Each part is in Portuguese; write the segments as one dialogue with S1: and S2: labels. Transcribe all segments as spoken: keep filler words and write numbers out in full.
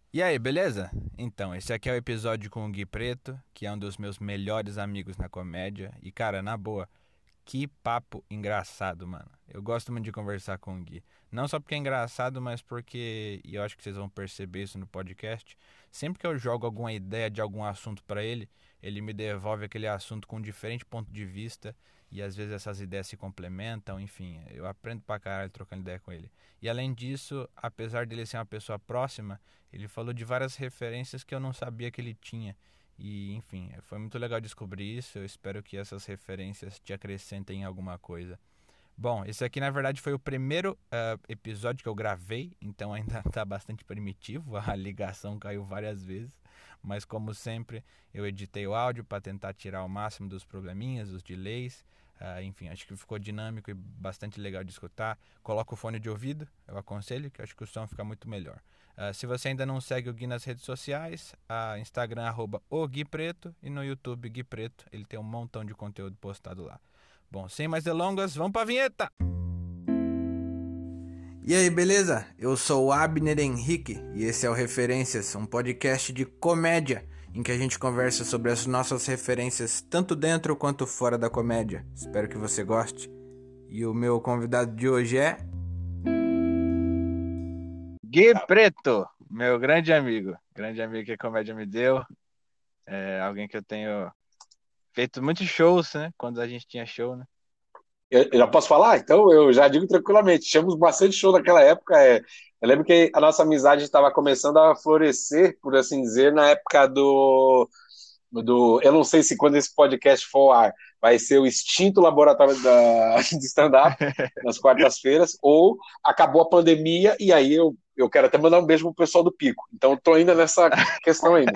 S1: E aí, beleza? Então, esse aqui é o episódio com o Gui Preto, que é um dos meus melhores amigos na comédia. E, cara, na boa, que papo engraçado, mano. Eu gosto muito de conversar com o Gui. Não só porque é engraçado, mas porque, e eu acho que vocês vão perceber isso no podcast, sempre que eu jogo alguma ideia de algum assunto pra ele, ele me devolve aquele assunto com um diferente ponto de vista. E às vezes essas ideias se complementam, enfim, eu aprendo pra caralho trocando ideia com ele. E além disso, apesar dele ser uma pessoa próxima, ele falou de várias referências que eu não sabia que ele tinha. E, enfim, foi muito legal descobrir isso. Eu espero que essas referências te acrescentem em alguma coisa. Bom, esse aqui na verdade foi o primeiro ah, episódio que eu gravei, então ainda está bastante primitivo. A ligação caiu várias vezes, mas como sempre, eu editei o áudio para tentar tirar o máximo dos probleminhas, dos delays. Ah, enfim, acho que ficou dinâmico e bastante legal de escutar. Coloca o fone de ouvido, eu aconselho, que acho que o som fica muito melhor. Ah, se você ainda não segue o Gui nas redes sociais, a Instagram arroba o Gui Preto e no YouTube Gui Preto. Ele tem um montão de conteúdo postado lá. Bom, sem mais delongas, vamos pra vinheta! E aí, beleza? Eu sou o Abner Henrique e esse é o Referências, um podcast de comédia em que a gente conversa sobre as nossas referências tanto dentro quanto fora da comédia. Espero que você goste. E o meu convidado de hoje é Gui Preto, meu grande amigo. Grande amigo que a comédia me deu. É alguém que eu tenho feito muitos shows, né? Quando a gente tinha show, né?
S2: Eu, eu já posso falar? Então eu já digo tranquilamente. Tivemos bastante show naquela época. É, eu lembro que a nossa amizade estava começando a florescer, por assim dizer, na época do, do. Eu não sei se quando esse podcast for ao ar, vai ser o extinto laboratório da, de stand-up, nas quartas-feiras, ou acabou a pandemia e aí eu, eu quero até mandar um beijo pro pessoal do Pico. Então estou ainda nessa questão ainda.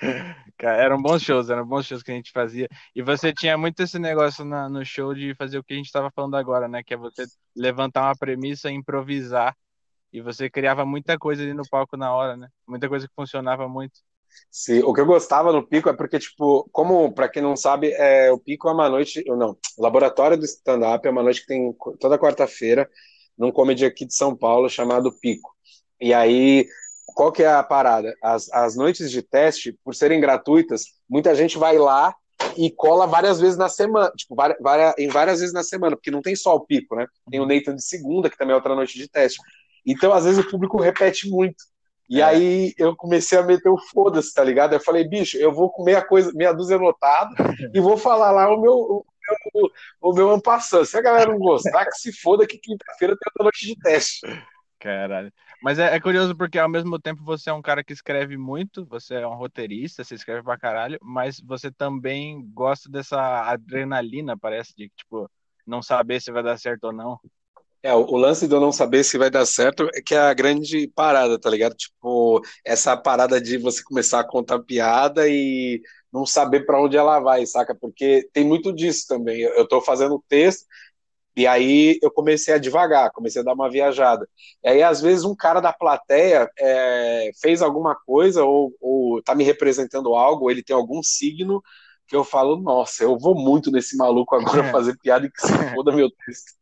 S1: Cara, eram bons shows, eram bons shows que a gente fazia. E você tinha muito esse negócio na- no show de fazer o que a gente estava falando agora, né? Que é você levantar uma premissa, improvisar. E você criava muita coisa ali no palco na hora, né? Muita coisa que funcionava muito.
S2: Se, o que eu gostava no Pico é porque, tipo, como, pra quem não sabe, é, o Pico é uma noite, ou não, o Laboratório do Stand-Up é uma noite que tem toda quarta-feira num comedy aqui de São Paulo chamado Pico. E aí, qual que é a parada? As, as noites de teste, por serem gratuitas, muita gente vai lá e cola várias vezes na semana, tipo, várias, várias, em várias vezes na semana, porque não tem só o Pico, né? Tem o
S1: Uhum.
S2: Nathan de segunda, que também é outra noite de teste. Então, às vezes, o público repete muito. E
S1: É.
S2: aí eu comecei a meter o foda-se, tá ligado? Eu falei, bicho, eu vou comer a coisa, meia dúzia anotado e vou falar lá o meu, o meu, o meu ampassando. Se a galera não gostar, que se foda que quinta-feira tem outra noite de teste.
S1: Caralho. Mas é, é curioso porque ao mesmo tempo você é um cara que escreve muito, você é um roteirista, você escreve pra caralho, mas você também gosta dessa adrenalina, parece, de tipo, não saber se vai dar certo ou não.
S2: É, o, o lance de eu não saber se vai dar certo é que é a grande parada, tá ligado? Tipo, essa parada de você começar a contar piada e não saber pra onde ela vai, saca? Porque tem muito disso também. Eu, eu tô fazendo texto. E aí eu comecei a devagar, comecei a dar uma viajada. E aí, às vezes, um cara da plateia é, fez alguma coisa, ou, ou tá me representando algo, ou ele tem algum signo, que eu falo, nossa, eu vou muito nesse maluco agora fazer piada e que se foda meu texto.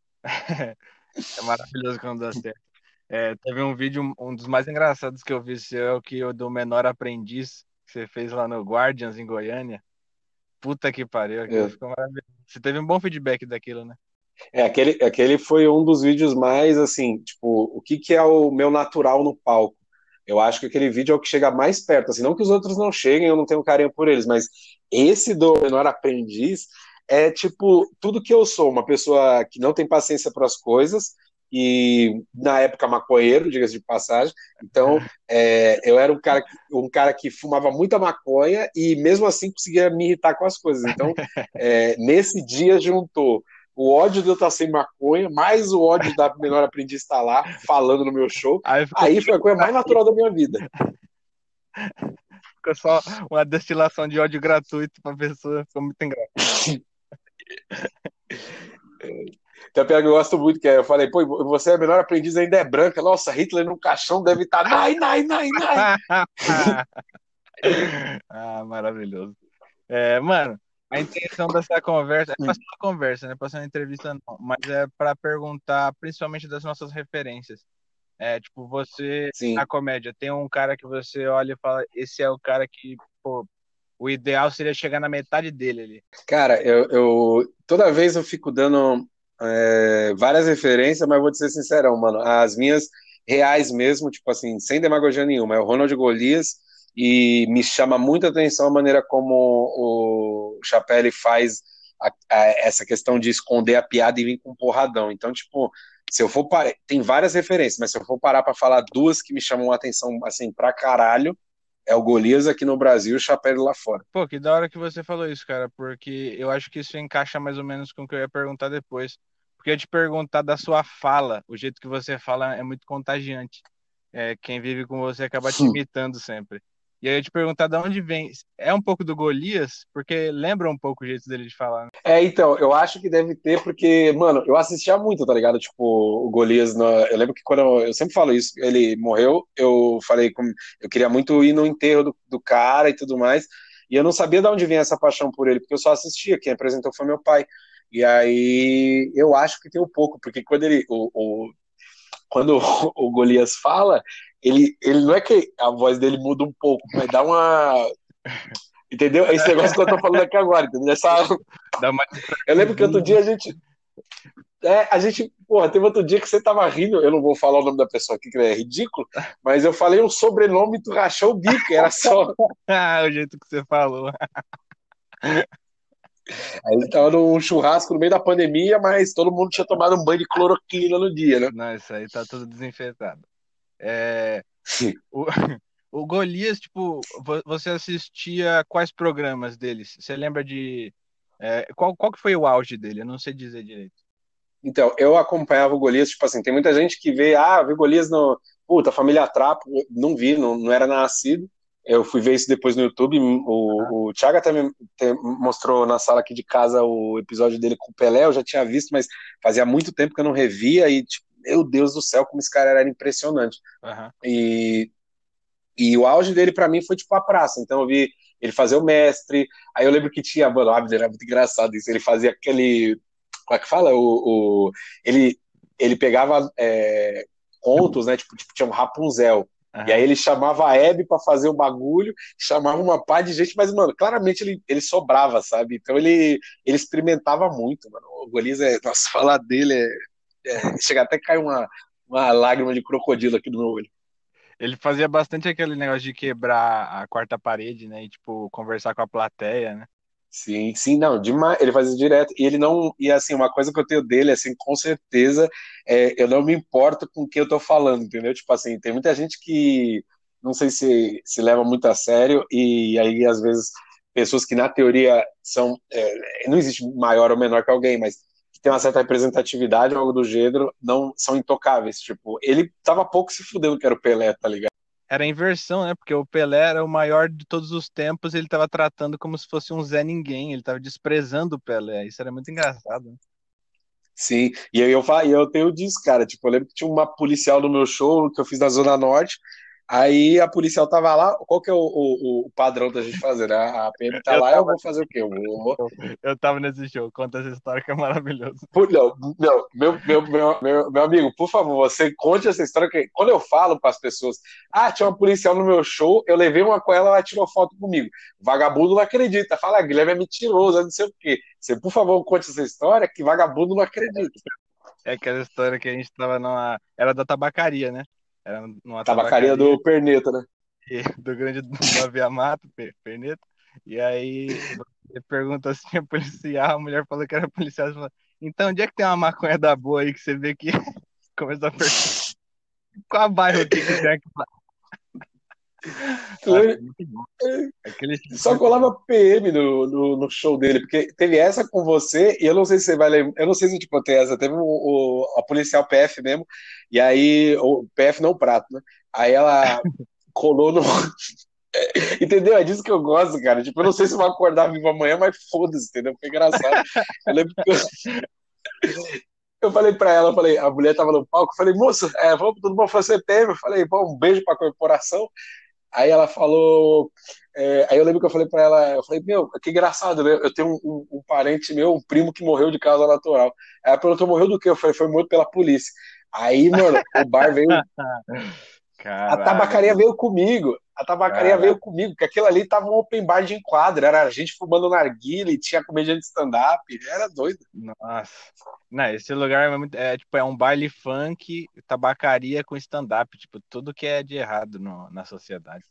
S1: É maravilhoso quando dá certo. É, teve um vídeo, um dos mais engraçados que eu vi seu, é o que o do Menor Aprendiz, que você fez lá no Guardians, em Goiânia. Puta que pariu, aquilo
S2: É,
S1: ficou maravilhoso. Você teve um bom feedback daquilo, né?
S2: é, aquele, aquele foi um dos vídeos mais, assim, tipo, o que, que é o meu natural no palco? Eu acho que aquele vídeo é o que chega mais perto, assim, não que os outros não cheguem, eu não tenho carinho por eles, mas esse do Menor Aprendiz é, tipo, tudo que eu sou, uma pessoa que não tem paciência para as coisas, e na época maconheiro, diga-se de passagem, então é, eu era um cara, que, um cara que fumava muita maconha e mesmo assim conseguia me irritar com as coisas, então é, nesse dia juntou o ódio de eu estar sem maconha, mais o ódio da menor aprendiz estar lá falando no meu show.
S1: Aí ficou,
S2: Aí foi a coisa mais natural da minha vida.
S1: ficou só uma destilação de ódio gratuito pra pessoa, ficou muito engraçado.
S2: Então, pior que eu gosto muito, que é, eu falei, pô, você é a menor aprendiz, ainda é branca. Nossa, Hitler no caixão deve estar. Nai, nai, nai, nai.
S1: Ah, maravilhoso. É, mano, a intenção dessa conversa é pra ser uma conversa, né? Pra ser uma entrevista, não, mas é pra perguntar principalmente das nossas referências. É, tipo, você, na
S2: Sim.
S1: comédia, tem um cara que você olha e fala, esse é o cara que, pô, o ideal seria chegar na metade dele ali.
S2: Cara, eu, eu- toda vez eu fico dando é, várias referências, mas vou te ser sincerão, mano. As minhas reais mesmo, tipo assim, sem demagogia nenhuma, é o Ronald Golias e me chama muita atenção a maneira como o Chapelle faz a- a- essa questão de esconder a piada e vir com um porradão. Então, tipo, se eu for parar, tem várias referências, mas se eu for parar pra falar duas que me chamam a atenção assim pra caralho, é o Golias aqui no Brasil e o Chapelle lá fora.
S1: Pô, que da hora que você falou isso, cara, porque eu acho que isso encaixa mais ou menos com o que eu ia perguntar depois. Porque eu ia te perguntar da sua fala, o jeito que você fala é muito contagiante. É, quem vive com você acaba te imitando sempre. E aí eu ia te perguntar de onde vem. É um pouco do Golias? Porque lembra um pouco o jeito dele de falar, né?
S2: É, então, eu acho que deve ter, porque, mano, eu assistia muito, tá ligado? Tipo, o Golias, na- eu lembro que quando eu, eu sempre falo isso, ele morreu, eu falei, com, eu queria muito ir no enterro do, do cara e tudo mais, e eu não sabia de onde vinha essa paixão por ele, porque eu só assistia, quem apresentou foi meu pai. E aí, eu acho que tem um pouco, porque quando ele, o, o- quando o, o Golias fala, ele, ele não é que a voz dele muda um pouco, mas dá uma. Entendeu? É esse negócio que eu tô falando aqui agora, entendeu? Essa,
S1: Dá uma
S2: eu lembro que outro dia
S1: distorcidinha.
S2: a gente. É, a gente, porra, teve outro dia que você tava rindo, eu não vou falar o nome da pessoa aqui, que é ridículo, mas eu falei um sobrenome e tu rachou o bico, era só.
S1: Ah, o jeito que você falou.
S2: Aí ele tava num churrasco no meio da pandemia, mas todo mundo tinha tomado um banho de cloroquina no dia, né?
S1: Não, isso aí tá tudo desinfetado. É, o, o Golias, tipo, vo- você assistia quais programas deles? Você lembra de. É, qual, qual que foi o auge dele? Eu não sei dizer direito.
S2: Então, eu acompanhava o Golias, tipo assim, tem muita gente que vê, ah, vi o Golias no. Puta, Família Trapo, eu não vi, não, não era nascido. Eu fui ver isso depois no YouTube.
S1: Aham.
S2: O, o Thiago até me te- mostrou na sala aqui de casa o episódio dele com o Pelé, eu já tinha visto, mas fazia muito tempo que eu não revia e, tipo, meu Deus do céu, como esse cara era impressionante.
S1: Aham.
S2: E, e o auge dele pra mim foi tipo a praça. Então eu vi ele fazer o mestre. Aí eu lembro que tinha, mano, o Abner era muito engraçado isso. Ele fazia aquele. Como é que fala? O, o- ele, ele pegava é, contos, né? Tipo, tipo, tinha um Rapunzel. E aí
S1: Aham.
S2: ele chamava a Hebe pra fazer o bagulho, chamava uma pá de gente, mas, mano, claramente ele, ele sobrava, sabe? Então ele, ele experimentava muito, mano. O Golias é. Nossa, falar dele é. é chega até a cair uma, uma lágrima de crocodilo aqui do meu olho.
S1: Ele fazia bastante aquele negócio de quebrar a quarta parede, né? E, tipo, conversar com a plateia, né?
S2: Sim, sim, não, demais. Ele faz isso direto. E ele não. E assim, uma coisa que eu tenho dele, assim, com certeza, é eu não me importo com o que eu tô falando, entendeu? Tipo assim, tem muita gente que não sei se se leva muito a sério, e aí, às vezes, pessoas que na teoria são. É, não existe maior ou menor que alguém, mas que tem uma certa representatividade ou algo do gênero, não são intocáveis. Tipo, ele tava pouco se fudendo que era o Pelé, tá ligado?
S1: Era a inversão, né? Porque o Pelé era o maior de todos os tempos, ele tava tratando como se fosse um Zé Ninguém, ele tava desprezando o Pelé. Isso era muito engraçado, né?
S2: Sim, e aí eu, fa- e eu tenho disso, cara. Tipo, eu lembro que tinha uma policial no meu show que eu fiz na Zona Norte. Aí a policial tava lá. Qual que é o, o, o padrão da gente fazer, né? A P M tá
S1: Eu
S2: lá, eu
S1: tava
S2: vou fazer o quê? Eu vou.
S1: Eu tava nesse show, conta essa história que é maravilhoso.
S2: Por- Não, não, meu, meu, meu, meu, meu amigo, por favor, você conte essa história. Que quando eu falo para as pessoas, ah, tinha uma policial no meu show, eu levei uma com ela, ela tirou foto comigo. Vagabundo não acredita, fala, ah, Guilherme é mentiroso, é não sei o quê. Você, por favor, conte essa história que vagabundo não acredita.
S1: É aquela história que a gente tava numa. Era da tabacaria, né? Era numa
S2: Tabacaria
S1: tabacaria
S2: do Perneta, né?
S1: e- do grande Nova Viamata, Pe- Perneta. E aí você pergunta se tinha policial, a mulher falou que era policial. Você falou, então, onde é que tem uma maconha da boa aí que você vê que começou a perguntar qual bairro que, que tem aqui? Nossa, é muito bom. Aquele show é
S2: Só
S1: muito bom.
S2: colava P M no, no, no show dele, porque teve essa com você, e eu não sei se você vai lembrar, eu não sei se eu te contei essa, teve o, o- a policial P F mesmo, e aí, o P F não o prato, né? Aí ela colou no. Entendeu? É disso que eu gosto, cara. Tipo, eu não sei se eu vou acordar vivo amanhã, mas foda-se, entendeu? Foi engraçado. Eu lembro que eu, eu falei pra ela, eu falei, a mulher tava no palco, eu falei, moça, é, vamos, tudo bom fazer P M? Eu falei, bom, um beijo pra corporação. Aí ela falou. É, aí eu lembro que eu falei pra ela, eu falei, meu, que engraçado, né? Eu tenho um, um- um parente meu, um primo que morreu de causa natural. Aí ela perguntou, morreu do quê? Eu falei, foi morto pela polícia. Aí, mano, o bar veio. A
S1: Caralho,
S2: tabacaria
S1: bicho.
S2: veio comigo. A tabacaria veio
S1: Caralho.
S2: comigo, porque aquilo ali tava um open bar de enquadro. Era gente fumando narguile, tinha comediante de stand-up. Era doido.
S1: Nossa. Não, esse lugar é, muito, é tipo, é um baile funk, tabacaria com stand-up, tipo, tudo que é de errado no, na sociedade.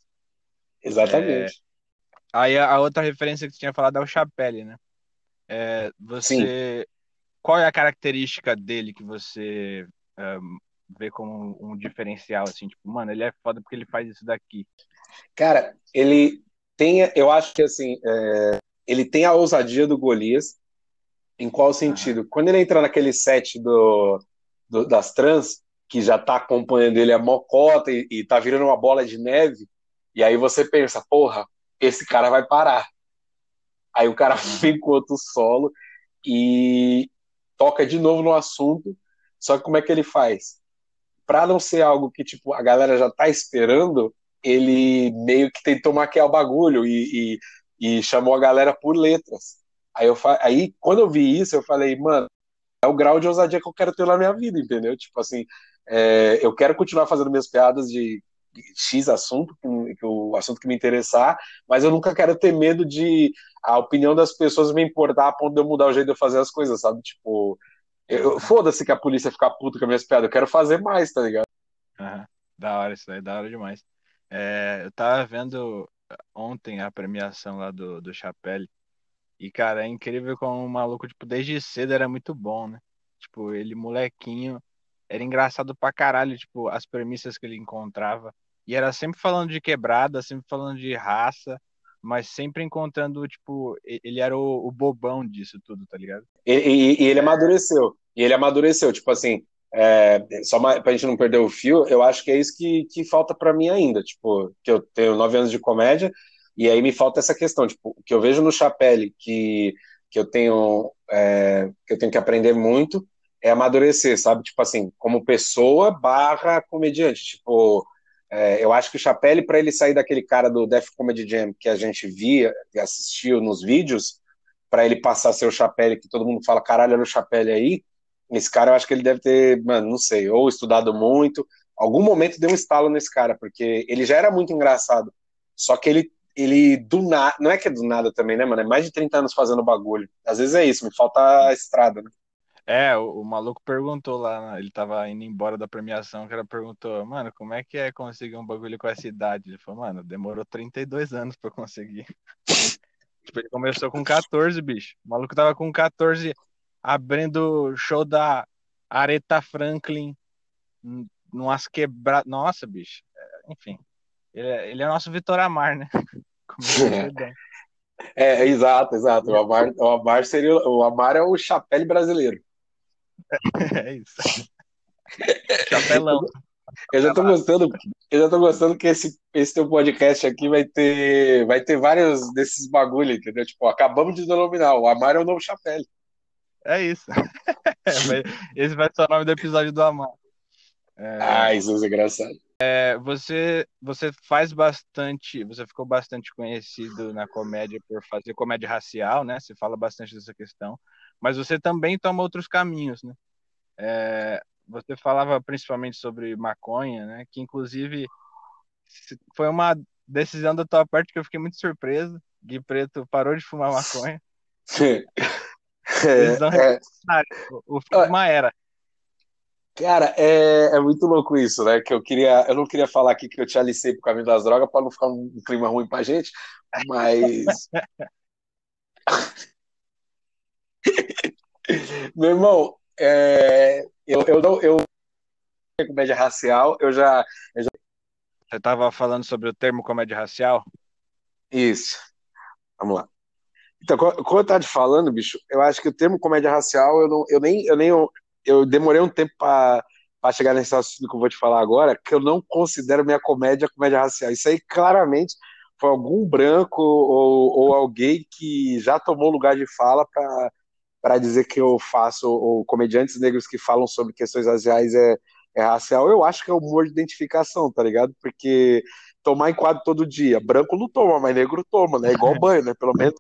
S1: É,
S2: Exatamente.
S1: aí a, a outra referência que você tinha falado é o Chapelle, né? É,
S2: Sim.
S1: você, qual é a característica dele que você é, vê como um, um diferencial, assim, tipo, mano, ele é foda porque ele faz isso daqui.
S2: Cara, ele tem. Eu acho que assim, é, ele tem a ousadia do Golias. Em qual
S1: Aham.
S2: sentido? Quando ele entra naquele set do, do- das trans, que já tá acompanhando ele a mocota e, e tá virando uma bola de neve, e aí você pensa, porra, esse cara vai parar. Aí o cara
S1: Aham.
S2: vem com outro solo e toca de novo no assunto. Só que como é que ele faz? Pra não ser algo que tipo a galera já tá esperando, ele meio que tentou maquiar o bagulho e, e, e chamou a galera por letras. Aí, eu, aí quando eu vi isso, eu falei, mano, é o grau de ousadia que eu quero ter na minha vida, entendeu? Tipo assim, é, eu quero continuar fazendo minhas piadas de X assunto, que, que o assunto que me interessar, mas eu nunca quero ter medo de a opinião das pessoas me importar a ponto de eu mudar o jeito de eu fazer as coisas, sabe? Tipo, eu,
S1: Aham.
S2: foda-se que a polícia ficar puta com as minhas piadas, eu quero fazer mais, tá ligado?
S1: Aham. Da hora isso daí, da hora demais. É, eu tava vendo ontem a premiação lá do, do Chapelle. E, cara, é incrível como o maluco, tipo, desde cedo era muito bom, né? Tipo, ele, molequinho, era engraçado pra caralho, tipo, as premissas que ele encontrava. E era sempre falando de quebrada, sempre falando de raça, mas sempre encontrando, tipo, e- ele era o, o bobão disso tudo, tá ligado?
S2: E, e- e ele amadureceu. E ele amadureceu. Tipo assim, é, só uma, pra gente não perder o fio, eu acho que é isso que, que falta pra mim ainda. Tipo, que eu tenho nove anos de comédia, e aí me falta essa questão. Tipo, o que eu vejo no Chapelle que, que eu tenho é, que eu tenho que aprender muito é amadurecer, sabe? Tipo assim, como pessoa barra comediante. Tipo, é, eu acho que o Chapelle, para ele sair daquele cara do Def Comedy Jam que a gente via e assistiu nos vídeos, para ele passar a ser o Chapelle, que todo mundo fala, caralho, olha o Chapelle aí. Esse cara, eu acho que ele deve ter, mano, não sei, ou estudado muito. Algum momento deu um estalo nesse cara, porque ele já era muito engraçado. Só que ele, ele do nada, não é que é do nada também, né, mano? É mais de trinta anos fazendo bagulho. Às vezes é isso, me falta a estrada, né?
S1: É, o, o maluco perguntou lá, ele tava indo embora da premiação, o cara perguntou, mano, como é que é conseguir um bagulho com essa idade? Ele falou, mano, demorou trinta e dois anos pra conseguir. Tipo, ele começou com quatorze, bicho. O maluco tava com quatorze abrindo show da Aretha Franklin, n- numas quebradas. Nossa, bicho. É, enfim, ele é, ele é nosso Vitor Amar, né? Começou cedão.
S2: É, é, exato, exato. O Amar, o Amar seria, o Amar é o Chapelle brasileiro.
S1: É isso. Chapelão.
S2: Eu já tô gostando, eu já tô gostando que esse, esse teu podcast aqui vai ter, vai ter vários desses bagulho, entendeu? Tipo, acabamos de denominar, o Amar é o novo Chapelle.
S1: É isso. É, vai- esse vai ser o nome do episódio do Amar.
S2: Ah, isso é engraçado.
S1: É, você, você faz bastante, você ficou bastante conhecido na comédia por fazer comédia racial, né? Você fala bastante dessa questão, mas você também toma outros caminhos, né? É, você falava principalmente sobre maconha, né? Que inclusive se- foi uma decisão da tua parte que eu fiquei muito surpreso. Gui Preto parou de fumar maconha.
S2: É,
S1: Decisão
S2: é,
S1: revolucionária. O o fim de
S2: ó,
S1: uma era.
S2: cara, é, é muito louco isso, né? Que eu queria, eu não queria falar aqui que eu te alicei pro caminho das drogas para não ficar um, um clima ruim pra gente, mas, meu irmão, é, eu, eu não, eu comédia racial, eu já,
S1: Você estava falando sobre o termo comédia racial?
S2: isso, vamos lá. Então, co- como eu estava te falando, bicho, eu acho que o termo comédia racial, eu, não, eu nem, eu nem, eu, eu demorei um tempo para chegar nesse assunto que eu vou te falar agora, que eu não considero minha comédia comédia racial. Isso aí claramente foi algum branco ou, ou alguém que já tomou lugar de fala para para dizer que eu faço, ou comediantes negros que falam sobre questões raciais é, é racial. Eu acho que é humor de identificação, tá ligado? Porque tomar enquadro todo dia, branco não toma, mas negro toma, né? Igual banho, né? Pelo menos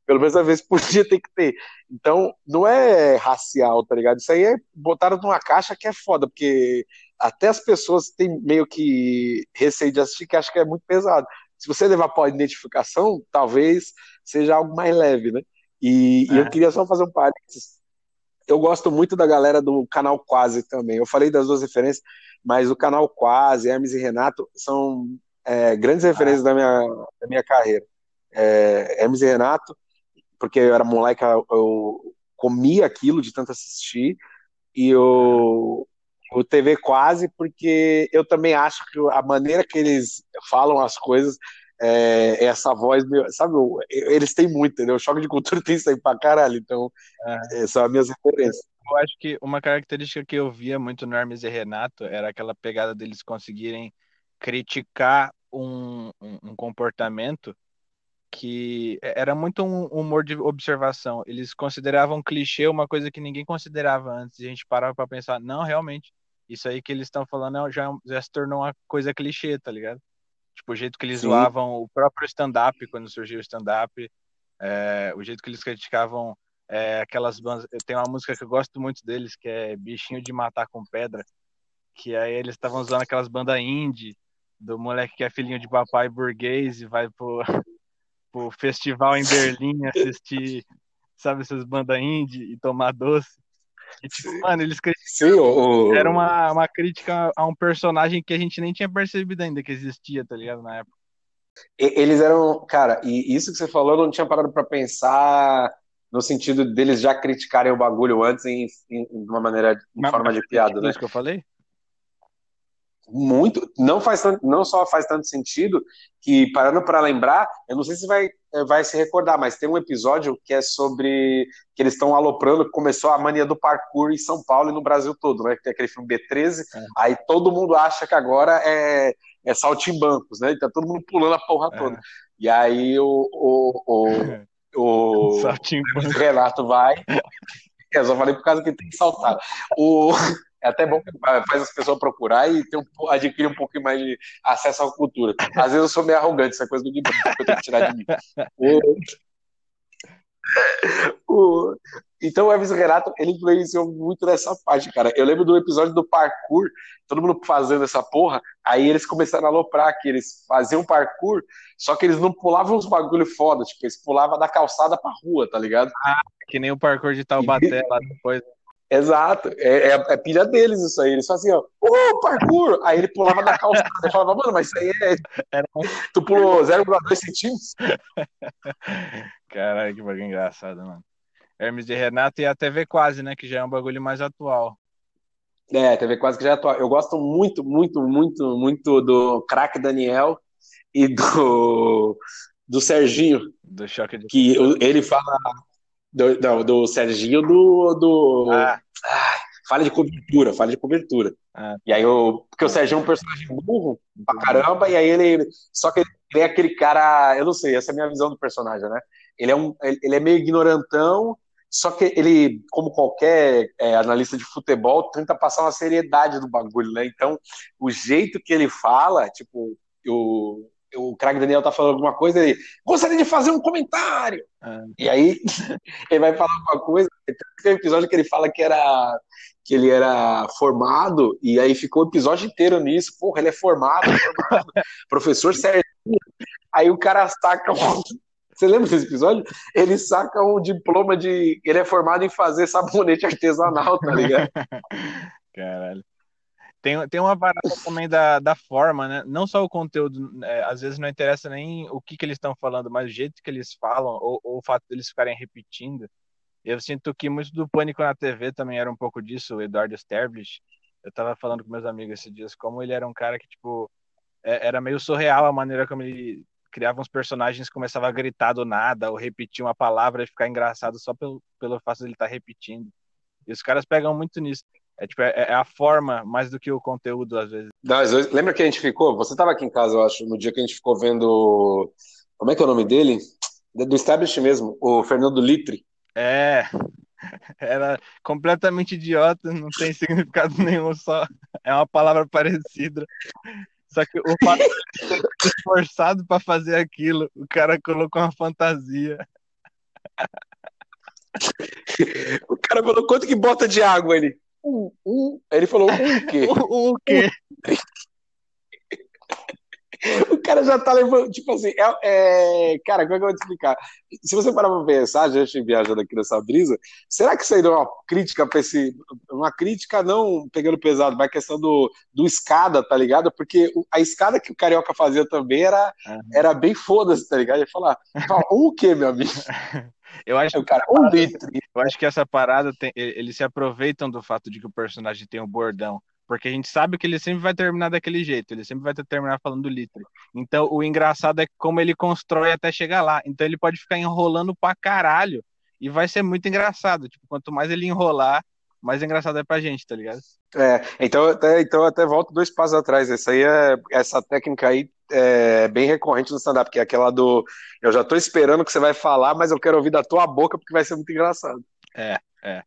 S2: Pelo menos uma vez por dia tem que ter. Então, não é racial, tá ligado? Isso aí é botaram numa caixa que é foda, porque até as pessoas têm meio que receio de assistir, que acham que é muito pesado. Se você levar para a identificação, talvez seja algo mais leve, né? E, e eu
S1: É.
S2: queria só fazer um parênteses. Eu gosto muito da galera do canal Quase também. Eu falei das duas referências, mas o canal Quase, Hermes e Renato, são é, grandes
S1: Ah,
S2: referências da minha, da minha carreira. É, Hermes e Renato, porque eu era moleque, eu, eu comia aquilo de tanto assistir, e
S1: aham.
S2: o, o T V Quase, porque eu também acho que a maneira que eles falam as coisas, é, essa voz, meu, sabe, eles têm muito, entendeu? O Choque de Cultura tem isso aí pra caralho, então
S1: É.
S2: é, são as minhas referências.
S1: Eu acho que uma característica que eu via muito no Hermes e Renato era aquela pegada deles conseguirem criticar um, um, um comportamento que era muito um humor de observação. Eles consideravam clichê uma coisa que ninguém considerava antes. E a gente parava pra pensar, não, realmente, isso aí que eles estão falando é- já, já se tornou uma coisa clichê, tá ligado? Tipo, o jeito que eles
S2: Sim,
S1: zoavam o próprio stand-up, quando surgiu o stand-up, é, o jeito que eles criticavam é, aquelas bandas. Tem uma música que eu gosto muito deles, que é Bichinho de Matar com Pedra, que aí eles estavam usando aquelas bandas indie, do moleque que é filhinho de papai burguês e vai pro, pro festival em Berlim assistir, sabe, essas bandas indie e tomar doce. E tipo, mano, eles cri-
S2: sim,
S1: era
S2: o, o-
S1: uma, uma crítica a um personagem que a gente nem tinha percebido ainda que existia, tá ligado? Na época.
S2: eles eram, cara, e isso que você falou, eu não tinha parado pra pensar no sentido deles já criticarem o bagulho antes em, em, de uma maneira, em
S1: Mas,
S2: forma
S1: mas
S2: de
S1: faz
S2: piada,
S1: sentido
S2: né?
S1: isso que eu falei?
S2: Muito, não faz tanto, não só faz tanto sentido que parando para lembrar, eu não sei se vai vai se recordar, mas tem um episódio que é sobre que eles estão aloprando, começou a mania do parkour em São Paulo e no Brasil todo, né? Tem aquele filme B treze,
S1: É,
S2: aí todo mundo acha que agora é é saltimbancos, né? Então todo mundo pulando a porra toda.
S1: é.
S2: E aí o o, o, o
S1: Saltimbanco.
S2: Renato vai, eu só falei por causa que tem que saltar. O, é até bom que faz as pessoas procurar e ter um, adquirir um pouquinho mais de acesso à cultura. Às vezes eu sou meio arrogante, essa coisa do Gui Branco, que eu tenho que tirar de mim. O, o, então o Hermes Renato, ele influenciou muito nessa parte, cara. Eu lembro do episódio do parkour, todo mundo fazendo essa porra, aí eles começaram a aloprar que eles faziam parkour, só que eles não pulavam uns bagulho foda, tipo, eles pulavam da calçada pra rua, tá ligado?
S1: Ah, que nem o parkour de Taubaté
S2: E,
S1: lá depois.
S2: exato, é, é, é pilha deles isso aí. Eles faziam, ô, oh, parkour! Aí ele pulava da calçada. Eu falava, mano, mas isso aí é.
S1: Era um...
S2: Tu pulou zero vírgula dois centímetros?
S1: Caralho, que bagulho engraçado, mano. Hermes e Renato e a T V Quase, né? Que já é um bagulho mais atual.
S2: É, T V quase que já é atual. Eu gosto muito, muito, muito, muito do craque Daniel e do, do Serginho,
S1: Do choque de
S2: que
S1: cultura.
S2: ele fala. Do, não, do Serginho do. do
S1: Ah,
S2: ah, fala de cobertura, fala de cobertura.
S1: ah,
S2: E aí eu. Porque o
S1: não,
S2: Serginho é um personagem burro pra
S1: muito bom.
S2: caramba, e aí ele. Só que ele é aquele cara. Eu não sei, essa é a minha visão do personagem, né? Ele é, um, ele é meio ignorantão, só que ele, como qualquer é, analista de futebol, tenta passar uma seriedade do bagulho, né? Então, o jeito que ele fala, tipo, o, o craque Daniel tá falando alguma coisa, ele gostaria de fazer um comentário.
S1: Ah,
S2: E aí ele vai falar alguma coisa. Tem um episódio que ele fala que era que ele era formado, e aí ficou o episódio inteiro nisso. Porra, ele é formado, formado, professor certo. Aí o cara saca um. Você lembra desse episódio? Ele saca um diploma de. Ele é formado em fazer sabonete artesanal, tá ligado?
S1: caralho. Tem, tem uma parada também da, da forma, né? Não só o conteúdo, é, às vezes não interessa nem o que, que eles estão falando, mas o jeito que eles falam, ou, ou o fato deles ficarem repetindo. Eu sinto que muito do Pânico na T V também era um pouco disso, o Eduardo Sterblich. Eu tava falando com meus amigos esses dias, como ele era um cara que, tipo, é- era meio surreal a maneira como ele criava uns personagens, começava a gritar do nada, ou repetir uma palavra e ficar engraçado só pelo, pelo fato de ele estar repetindo. E os caras pegam muito nisso. É, tipo, é, é a forma mais do que o conteúdo, às vezes.
S2: Das vezes- lembra que a gente ficou? Você estava aqui em casa, eu acho, no dia que a gente ficou vendo. Como é que é o nome dele? Do Establish mesmo, o Fernando Litri.
S1: É, era completamente idiota, não tem significado nenhum, só é uma palavra parecida. Só que o fato de ter se esforçado para fazer aquilo, o cara colocou uma fantasia.
S2: O cara falou, quanto que bota de água? Ele, um, um. Aí ele falou, um o quê?
S3: O, o quê?
S2: O cara já tá levando, tipo assim, é, é, cara, como é que eu vou te explicar? Se você parar pra pensar, já estive viajando aqui nessa brisa, será que isso aí não é uma crítica pra esse. Uma crítica não pegando pesado, mas a questão do, do escada, tá ligado? Porque a escada que o Carioca fazia também era,
S3: Uhum.
S2: era bem foda-se, tá ligado? Ele falava, fala, um o quê, meu amigo?
S3: Eu acho,
S2: Aí o cara, um
S3: parada,
S2: litro.
S3: eu acho que essa parada tem, eles se aproveitam do fato de que o personagem tem um bordão. Porque a gente sabe que ele sempre vai terminar daquele jeito, ele sempre vai ter- terminar falando litre. Então, o engraçado é como ele constrói até chegar lá. Então, ele pode ficar enrolando pra caralho e vai ser muito engraçado. Tipo, quanto mais ele enrolar, mais engraçado é pra gente, tá ligado?
S2: É, então, até, então eu até volto dois passos atrás. Essa aí é, essa técnica aí é bem recorrente no stand-up, que é aquela do eu já tô esperando o que você vai falar, mas eu quero ouvir da tua boca porque vai ser muito engraçado.
S3: É, é.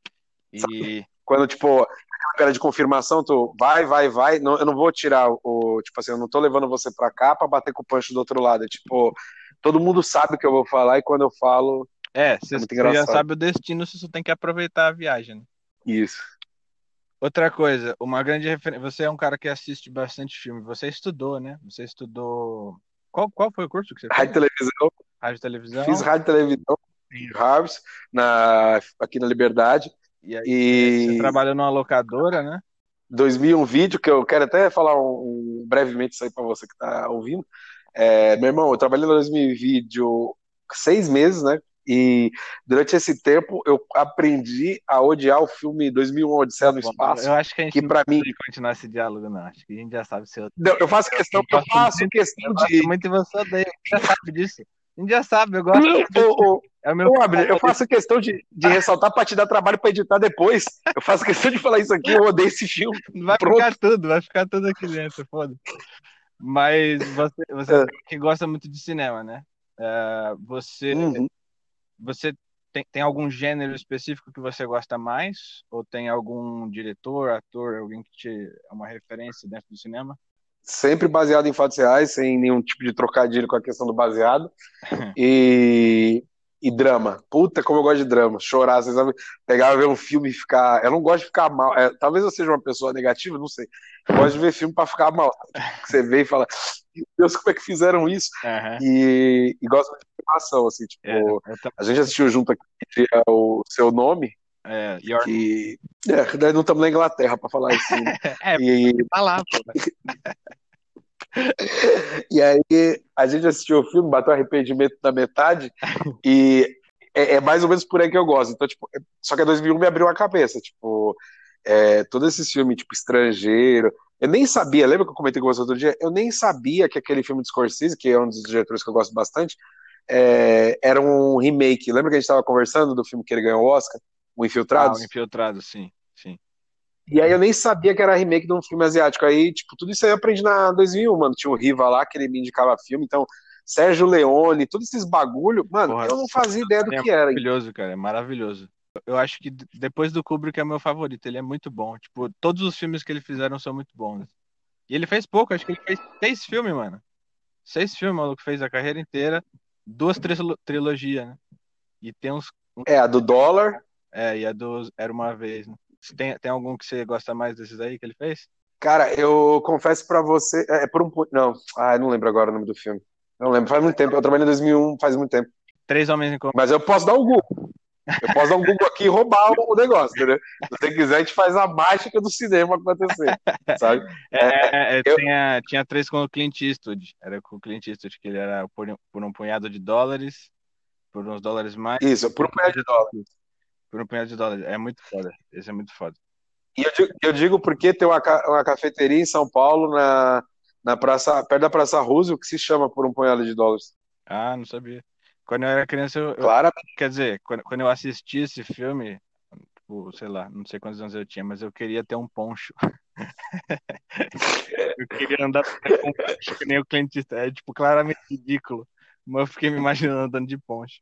S3: E
S2: Quando, tipo, cara de confirmação, tu vai, vai, vai, não, eu não vou tirar o, tipo assim, eu não tô levando você pra cá pra bater com o punch do outro lado. É tipo, todo mundo sabe o que eu vou falar e quando eu falo,
S3: é,
S2: é
S3: você
S2: muito
S3: já
S2: engraçado.
S3: sabe o destino, você só tem que aproveitar a viagem, né?
S2: Isso.
S3: Outra coisa, uma grande referência. Você é um cara que assiste bastante filme. Você estudou, né? Você estudou. Qual, qual foi o curso que você fez?
S2: Rádio e televisão,
S3: Rádio e
S2: fiz
S3: televisão.
S2: rádio e televisão em Harvard, na, aqui na Liberdade,
S3: E aí você, você
S2: e
S3: trabalhou numa locadora, né?
S2: dois mil e um vídeo, que eu quero até falar um, um, brevemente isso aí pra você que tá ouvindo. É, meu irmão, eu trabalhei no dois mil e um vídeo seis meses, né? E durante esse tempo eu aprendi a odiar o filme dois mil e um
S3: Tá
S2: Odisseia no
S3: bom.
S2: Espaço,
S3: Eu acho que a gente
S2: que
S3: não
S2: pra mim,
S3: precisa continuar esse diálogo, não. Acho que a gente já sabe se eu,
S2: não, eu faço
S3: eu,
S2: questão,
S3: eu
S2: eu
S3: gosto
S2: faço
S3: muito, eu
S2: questão
S3: gosto
S2: de.
S3: muito e você odeia. A gente já sabe disso. A gente já sabe, eu gosto
S2: Não,
S3: desse filme.
S2: ô, ô,
S3: É o meu
S2: ô,
S3: filme
S2: Abner, eu
S3: favorito.
S2: faço questão de, de ressaltar pra te dar trabalho pra editar depois. Eu faço questão de falar isso aqui, eu odeio esse filme.
S3: Vai
S2: Pronto.
S3: ficar tudo, vai ficar tudo aqui dentro, foda. Mas você, você é um
S2: É.
S3: cara que gosta muito de cinema, né? É, você,
S2: Uhum.
S3: você tem, tem algum gênero específico que você gosta mais? Ou tem algum diretor, ator, alguém que te é uma referência dentro do cinema?
S2: Sempre baseado em fatos reais, sem nenhum tipo de trocadilho com a questão do baseado. E, e drama. Puta, como eu gosto de drama. Chorar, vocês sabem, pegar ver um filme e ficar. Eu não gosto de ficar mal. É, talvez eu seja uma pessoa negativa, não sei. Eu gosto de ver filme pra ficar mal. Tipo, que você vê e fala, meu Deus, como é que fizeram isso?
S3: Aham.
S2: E, e gosto muito de animação, assim,
S3: É,
S2: tipo,
S3: eu tam-
S2: a gente assistiu junto aqui o Seu Nome,
S3: é, Your-
S2: que. É, daí não estamos na Inglaterra pra falar isso. Né?
S3: é,
S2: E,
S3: porque tá lá, pô.
S2: e aí a gente assistiu o filme, bateu arrependimento na metade, e é, é mais ou menos por aí que eu gosto. Então, tipo, é- só que a dois mil e um me abriu a cabeça, tipo, é, todo esse filme, tipo, estrangeiro. Eu nem sabia, lembra que eu comentei com você outro dia? Eu nem sabia que aquele filme de Scorsese, que é um dos diretores que eu gosto bastante, é, era um remake. Lembra que a gente estava conversando do filme que ele ganhou o Oscar, O
S3: Ah, o
S2: Infiltrados?
S3: Infiltrado, sim, sim.
S2: E aí eu nem sabia que era remake de um filme asiático. Aí, tipo, tudo isso aí eu aprendi na dois mil e um, mano. Tinha o Riva lá, que ele me indicava filme. Então, Sérgio Leone, todos esses bagulho, mano,
S3: Porra,
S2: eu não fazia ideia do
S3: é
S2: que era.
S3: maravilhoso, cara, é maravilhoso. Eu acho que d- depois do Kubrick é meu favorito, ele é muito bom. Tipo, todos os filmes que ele fizeram são muito bons. E ele fez pouco, acho que ele fez seis filmes, mano. Seis filmes, o maluco fez a carreira inteira, duas trilo- trilogias, né? E tem uns. um-
S2: É, a do dólar.
S3: É, e a dos Era Uma Vez, né? Você Tem, tem algum que você gosta mais desses aí que ele fez?
S2: Cara, eu confesso pra você. É, é por um. pu- Não, ah, eu não lembro agora o nome do filme. Não lembro, faz muito tempo. Eu trabalhei em dois mil e um, faz muito tempo.
S3: Três Homens em Comum.
S2: Mas eu posso dar um Google. Eu posso dar um Google aqui e roubar o negócio, entendeu? Se você quiser, a gente faz a mágica do cinema acontecer, sabe?
S3: É, é,
S2: Eu,
S3: tinha, tinha três com o Clint Eastwood. Era com o Clint Eastwood, que ele era por, um- por um punhado de dólares, por uns dólares mais,
S2: isso, por um punhado de dólar.
S3: por um punhado de dólares. É muito foda. Esse é muito foda.
S2: E eu digo, eu digo porque tem uma, ca- uma cafeteria em São Paulo, na, na praça, perto da Praça Roosevelt, que se chama Por um Punhado de Dólares.
S3: Ah, não sabia. Quando eu era criança, eu, eu-
S2: Claro,
S3: quer dizer, quando, quando eu assisti esse filme, tipo, sei lá, não sei quantos anos eu tinha, mas eu queria ter um poncho. Eu queria andar com um poncho que nem o Clint Eastwood. É, tipo, claramente ridículo. Mas eu fiquei me imaginando andando de poncho.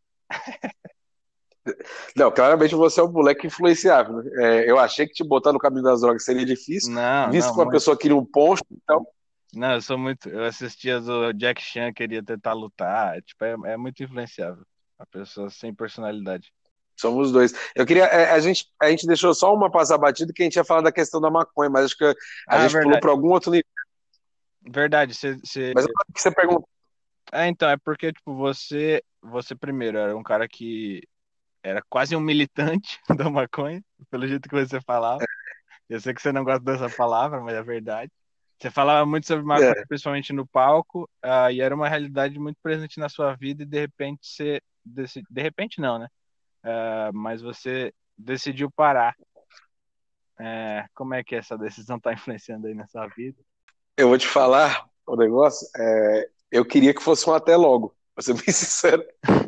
S2: não, claramente você é um moleque influenciável. Né? É, eu achei que te botar no caminho das drogas seria difícil,
S3: Não,
S2: visto
S3: não,
S2: que uma
S3: muito.
S2: pessoa queria um poncho, então.
S3: Não, eu sou muito. Eu assistia do Jack Chan, queria tentar lutar. Tipo, é, é muito influenciável. A pessoa sem personalidade.
S2: Somos dois. Eu queria. é, A gente, a gente deixou só uma passar batida que a gente ia falar da questão da maconha, mas acho que a
S3: Ah,
S2: gente pulou
S3: verdade.
S2: para algum outro nível.
S3: Verdade, você, você...
S2: Mas eu lembro que você perguntou.
S3: É, então, é porque, tipo, você, você primeiro era um cara que era quase um militante da maconha, pelo jeito que você falava. Eu sei que você não gosta dessa palavra, mas é verdade. Você falava muito sobre maconha,
S2: É,
S3: principalmente no palco, ah, e era uma realidade muito presente na sua vida, e de repente você. Deci... De repente não, né? Ah, mas você decidiu parar. É, como é que essa decisão está influenciando aí na sua vida?
S2: eu vou te falar o negócio. é, eu queria que fosse um até logo, pra ser bem sincero.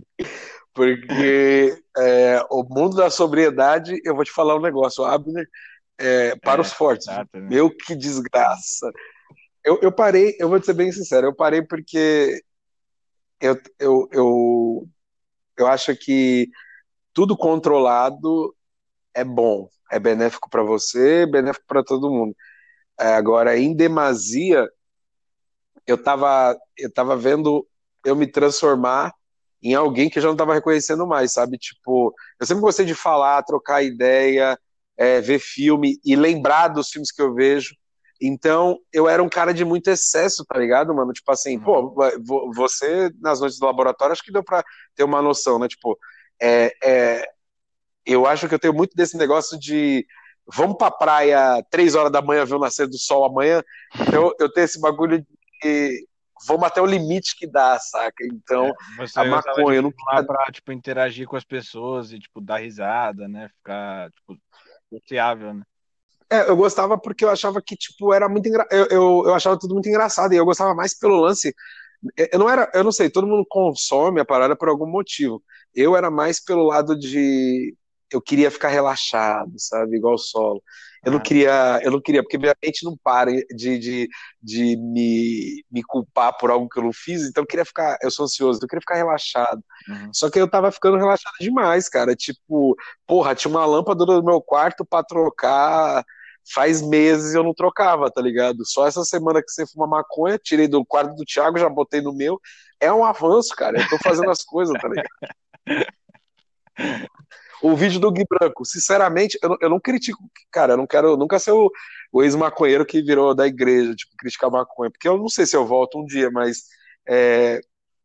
S2: Porque é, o mundo da sobriedade, eu vou te falar um negócio, Abner, é, para
S3: É,
S2: os fortes, viu?
S3: exato, né?
S2: Meu, que desgraça. Eu, eu parei, eu vou te ser bem sincero, eu parei porque eu, eu, eu, eu acho que tudo controlado é bom, é benéfico para você, benéfico para todo mundo. É, agora, em demasia, eu tava, eu tava vendo eu me transformar em alguém que eu já não tava reconhecendo mais, sabe? Tipo, eu sempre gostei de falar, trocar ideia, é, ver filme e lembrar dos filmes que eu vejo. Então, eu era um cara de muito excesso, tá ligado, mano? Tipo assim,
S3: Uhum.
S2: pô, vo- você nas noites do laboratório, acho que deu pra ter uma noção, né? Tipo, é, é, eu acho que eu tenho muito desse negócio de vamos pra praia três horas da manhã ver o nascer do sol amanhã. Então eu tenho esse bagulho de vamos até o limite que dá, saca? Então a
S3: Você gostava de
S2: maconha, eu não
S3: lá pra, tipo, interagir com as pessoas e, tipo, dar risada, né? Ficar, tipo, sociável, né?
S2: é, eu gostava porque eu achava que tipo era muito engra... eu, eu, eu achava tudo muito engraçado e eu gostava mais pelo lance. Eu não era, eu não sei, todo mundo consome a parada por algum motivo. Eu era mais pelo lado de eu queria ficar relaxado, sabe, igual o solo. Eu não
S3: Ah,
S2: queria, eu não queria, porque minha mente não para de, de, de me, me culpar por algo que eu não fiz, então eu queria ficar, eu sou ansioso, então eu queria ficar relaxado.
S3: uhum.
S2: Só que eu tava ficando relaxado demais, cara. Tipo, porra, tinha uma lâmpada no meu quarto pra trocar faz meses eu não trocava, tá ligado? Só essa semana que você fuma maconha, tirei do quarto do Thiago, já botei no meu. É um avanço, cara. Eu tô fazendo as coisas, tá ligado? O vídeo do Gui Branco, sinceramente, eu não, eu não critico, cara, eu não quero nunca ser o, o ex-maconheiro que virou da igreja, tipo, criticar maconha, porque eu não sei se eu volto um dia, mas é,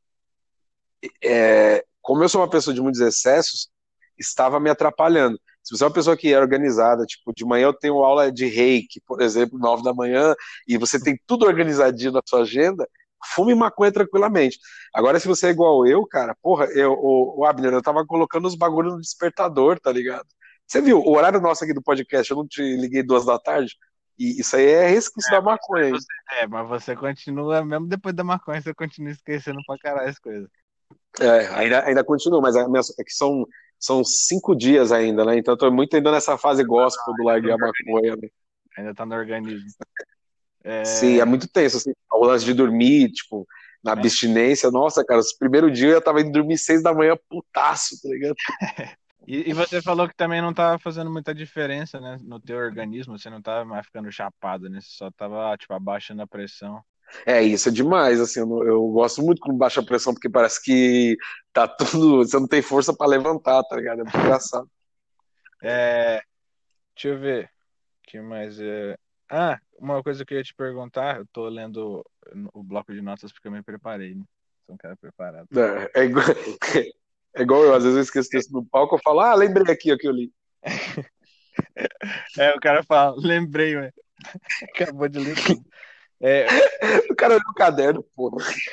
S2: é, como eu sou uma pessoa de muitos excessos, estava me atrapalhando. Se você é uma pessoa que é organizada, tipo, de manhã eu tenho aula de reiki, por exemplo, nove da manhã, e você tem tudo organizadinho na sua agenda, fume maconha tranquilamente. Agora, se você é igual eu, cara, porra, eu, o, o Abner, eu tava colocando os bagulhos no despertador, tá ligado? Você viu, o horário nosso aqui do podcast, eu não te liguei duas da tarde, e isso aí é resquício da
S3: Mas
S2: maconha, hein?
S3: você, é, mas você continua, mesmo depois da maconha, você continua esquecendo pra caralho as coisas.
S2: É, ainda, ainda continua, mas a minha- é que são, são cinco dias ainda, né? Então eu tô muito ainda nessa fase gospel do
S3: Ainda tá
S2: larguei a
S3: no organismo.
S2: maconha, né?
S3: Ainda tá no organismo.
S2: Sim, é
S3: É,
S2: muito tenso, assim, o lance de dormir, tipo, na
S3: é.
S2: abstinência, nossa, cara, os primeiros dias eu tava indo dormir seis da manhã, putaço, tá ligado?
S3: E, e você falou que também não tava fazendo muita diferença, né, no teu organismo, você não tava mais ficando chapado, né? Você só tava, tipo, abaixando a pressão.
S2: É, isso é demais, assim, eu, não- eu gosto muito com baixa pressão, porque parece que tá tudo, você não tem força pra levantar, tá ligado? É muito engraçado.
S3: É, deixa eu ver, o que mais é... Ah, uma coisa que eu ia te perguntar, eu tô lendo o bloco de notas porque eu me preparei, né? Sou um cara preparado.
S2: É, é igual, é igual eu, às vezes eu esqueço texto no palco, eu falo, ah, lembrei aqui o que eu li.
S3: É, o cara fala, lembrei, ué. Acabou de ler tudo. É,
S2: O cara olhou o caderno, pô.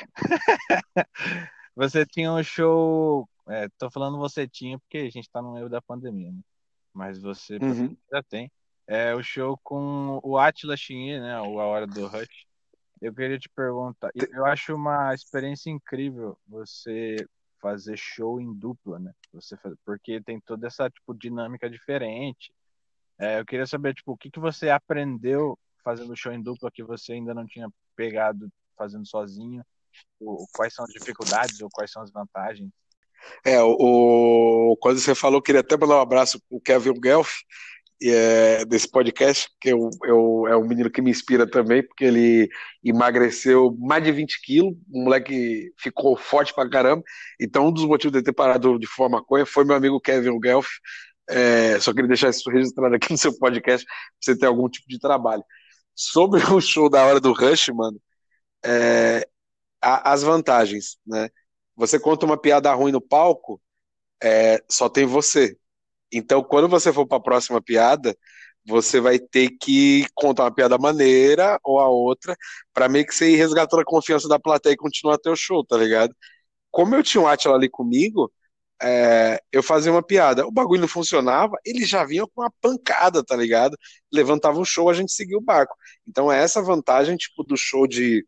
S3: você tinha um show. É, tô falando você tinha porque a gente tá no meio da pandemia, né? Mas você
S2: Uhum.
S3: já tem. É o show com o Atila Chinier, né? O A Hora do Rush. Eu queria te perguntar. e Eu acho uma experiência incrível você fazer show em dupla, né? Você faz, porque tem toda essa tipo dinâmica diferente. É, eu queria saber tipo o que que você aprendeu fazendo show em dupla que você ainda não tinha pegado fazendo sozinho. O- quais são as dificuldades ou quais são as vantagens?
S2: É, o, o- quando você falou, eu queria até mandar um abraço pro Kevin Guelph, é, desse podcast, que eu, eu, é um menino que me inspira também, porque ele emagreceu mais de vinte quilos, o moleque ficou forte pra caramba. Então, um dos motivos de eu ter parado de fumar maconha foi meu amigo Kevin Guelph. É, só queria deixar isso registrado aqui no seu podcast, pra você ter algum tipo de trabalho. Sobre o show da hora do Rush, mano, é, a, as vantagens, né? Você conta uma piada ruim no palco, é, só tem você. Então, quando você for para a próxima piada, você vai ter que contar uma piada maneira ou a outra, para meio que você ir resgatando a confiança da plateia e continuar teu show, tá ligado? Como eu tinha um Átila ali comigo, é, eu fazia uma piada, o bagulho não funcionava, ele já vinha com uma pancada, tá ligado? Levantava o show, a gente seguia o barco. Então, é essa vantagem, tipo, do show de,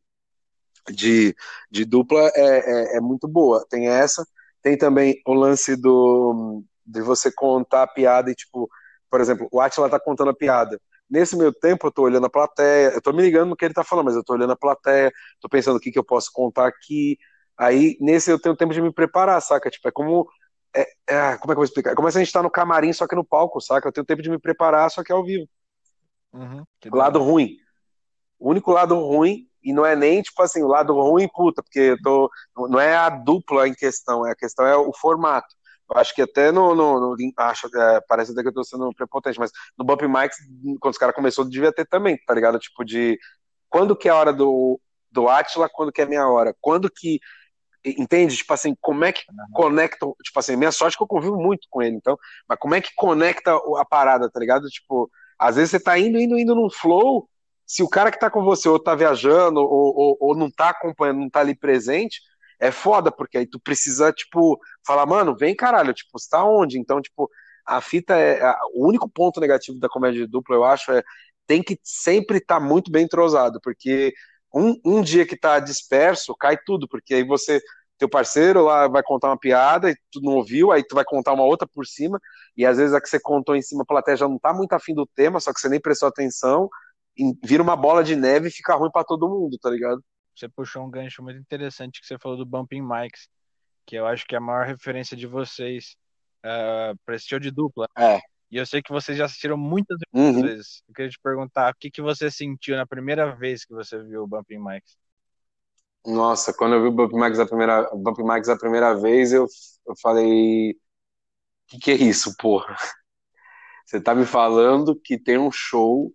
S2: de, de dupla é, é, é muito boa. Tem essa, tem também o lance do de você contar a piada e, tipo, por exemplo, o Atila tá contando a piada. Nesse meu tempo, eu tô olhando a plateia, eu tô me ligando no que ele tá falando, mas eu tô olhando a plateia, tô pensando o que, que eu posso contar aqui. Aí, nesse eu tenho tempo de me preparar, saca? Tipo, é como. É, é, como é que eu vou explicar? É como se a gente tá no camarim, só que no palco, saca? Eu tenho tempo de me preparar, só que é ao vivo.
S3: Uhum, que da
S2: Lado
S3: hora.
S2: ruim. O único lado ruim, e não é nem tipo assim, o lado ruim, puta, porque eu tô, não é a dupla em questão, é a questão é o formato. Eu acho que até no, no, no acho, é, parece até que eu tô sendo prepotente, mas no Bump Mics, quando os caras começou, devia ter também, tá ligado? Tipo de quando que é a hora do, do Atila, quando que é a minha hora, quando que, entende? Tipo assim, como é que conecta, tipo assim, minha sorte é que eu convivo muito com ele, então, mas como é que conecta a parada, tá ligado? Tipo, às vezes você tá indo, indo, indo num flow, se o cara que tá com você ou tá viajando ou, ou, ou não tá acompanhando, não tá ali presente, é foda, porque aí tu precisa, tipo, falar, mano, vem caralho, tipo, você tá onde? Então, tipo, a fita é. A, o único ponto negativo da comédia dupla, eu acho, é tem que sempre estar tá muito bem entrosado, porque um, um dia que tá disperso, cai tudo, porque aí você, teu parceiro lá vai contar uma piada e tu não ouviu, aí tu vai contar uma outra por cima, e às vezes a que você contou em cima, a plateia já não tá muito afim do tema, só que você nem prestou atenção, e vira uma bola de neve e fica ruim pra todo mundo, tá ligado?
S3: Você puxou um gancho muito interessante que você falou do Bumping Mics, que eu acho que é a maior referência de vocês uh, para esse show de dupla.
S2: É.
S3: E eu sei que vocês já assistiram muitas
S2: Uhum.
S3: vezes. Eu queria te perguntar, o que, que você sentiu na primeira vez que você viu o Bumping Mics?
S2: Nossa, quando eu vi o Bump Max a primeira, Bump Max a primeira vez, eu, eu falei, o que, que é isso, porra? Você tá me falando que tem um show